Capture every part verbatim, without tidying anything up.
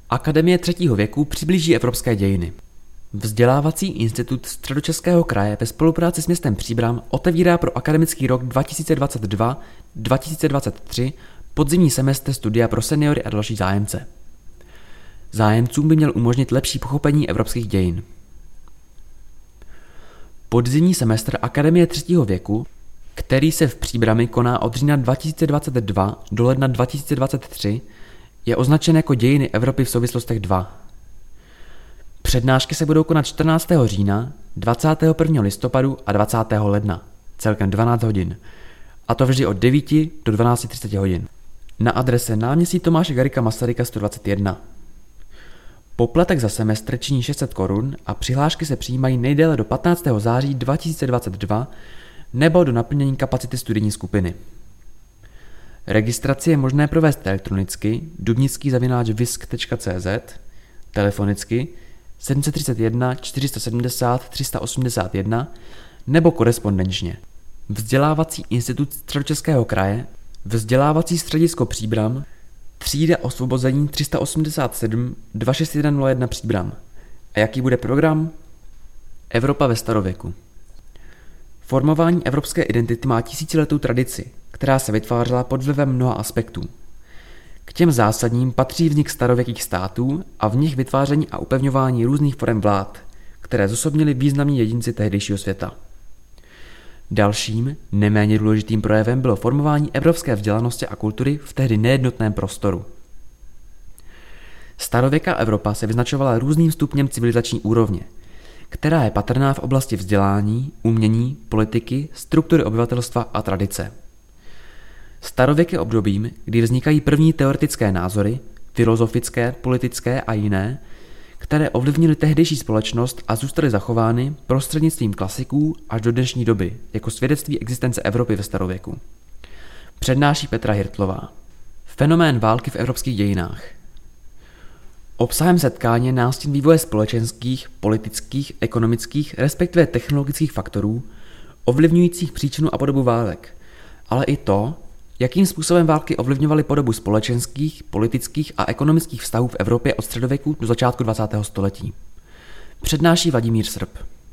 Akademie třetího věku přiblíží evropské dějiny. Vzdělávací institut Středočeského kraje ve spolupráci s městem Příbram otevírá pro akademický rok dva tisíce dvacet dva dva tisíce dvacet tři podzimní semestr studia pro seniory a další zájemce. Zájemcům by měl umožnit lepší pochopení evropských dějin. Podzimní semestr Akademie třetího věku, který se v Příbrami koná od října dva tisíce dvacet dva do ledna dva tisíce dvacet tři, je označen jako Dějiny Evropy v souvislostech dva. Přednášky se budou konat čtrnáctého října, dvacátého prvního listopadu a dvacátého ledna, celkem dvanáct hodin, a to vždy od devíti do dvanácti třiceti hodin. Na adrese náměstí Tomáše Garrigua Masaryka sto dvacet jedna. Poplatek za semestr činí šest set korun a přihlášky se přijímají nejdéle do patnáctého září dva tisíce dvacet dva nebo do naplnění kapacity studijní skupiny. Registraci je možné provést elektronicky dubnický zavináč visk tečka cé zet, telefonicky sedm set třicet jedna čtyři sta sedmdesát tři sta osmdesát jedna nebo korespondenčně. Vzdělávací institut Středočeského kraje, Vzdělávací středisko Příbram, třída osvobození tři sta osmdesát sedm dva šest jedna nula jedna Příbram. A jaký bude program? Evropa ve starověku. Formování evropské identity má tisíciletou tradici, která se vytvářela pod vlivem mnoha aspektů. K těm zásadním patří vznik starověkých států a v nich vytváření a upevňování různých forem vlád, které zosobnili významní jedinci tehdejšího světa. Dalším, neméně důležitým projevem bylo formování evropské vzdělanosti a kultury v tehdy nejednotném prostoru. Starověká Evropa se vyznačovala různým stupněm civilizační úrovně, která je patrná v oblasti vzdělání, umění, politiky, struktury obyvatelstva a tradice. Starověk je obdobím, kdy vznikají první teoretické názory, filozofické, politické a jiné, které ovlivnily tehdejší společnost a zůstaly zachovány prostřednictvím klasiků až do dnešní doby, jako svědectví existence Evropy ve starověku. Přednáší Petra Hirtlová. Fenomén války v evropských dějinách. Obsahem setkání je nástin vývoje společenských, politických, ekonomických, respektive technologických faktorů, ovlivňujících příčinu a podobu válek, ale i to, jakým způsobem války ovlivňovaly podobu společenských, politických a ekonomických vztahů v Evropě od středověku do začátku dvacátého století. Přednáší Vladimír Srb.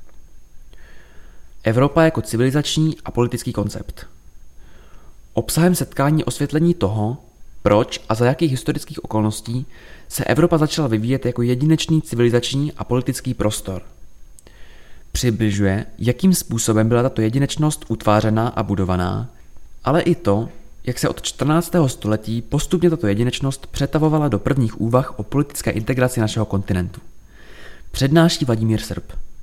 Evropa jako civilizační a politický koncept. Obsahem setkání je osvětlení toho, proč a za jakých historických okolností se Evropa začala vyvíjet jako jedinečný civilizační a politický prostor. Přibližuje, jakým způsobem byla tato jedinečnost utvářená a budovaná, ale i to, jak se od čtrnáctého století postupně tato jedinečnost přetavovala do prvních úvah o politické integraci našeho kontinentu. Přednáší Vladimír Srb.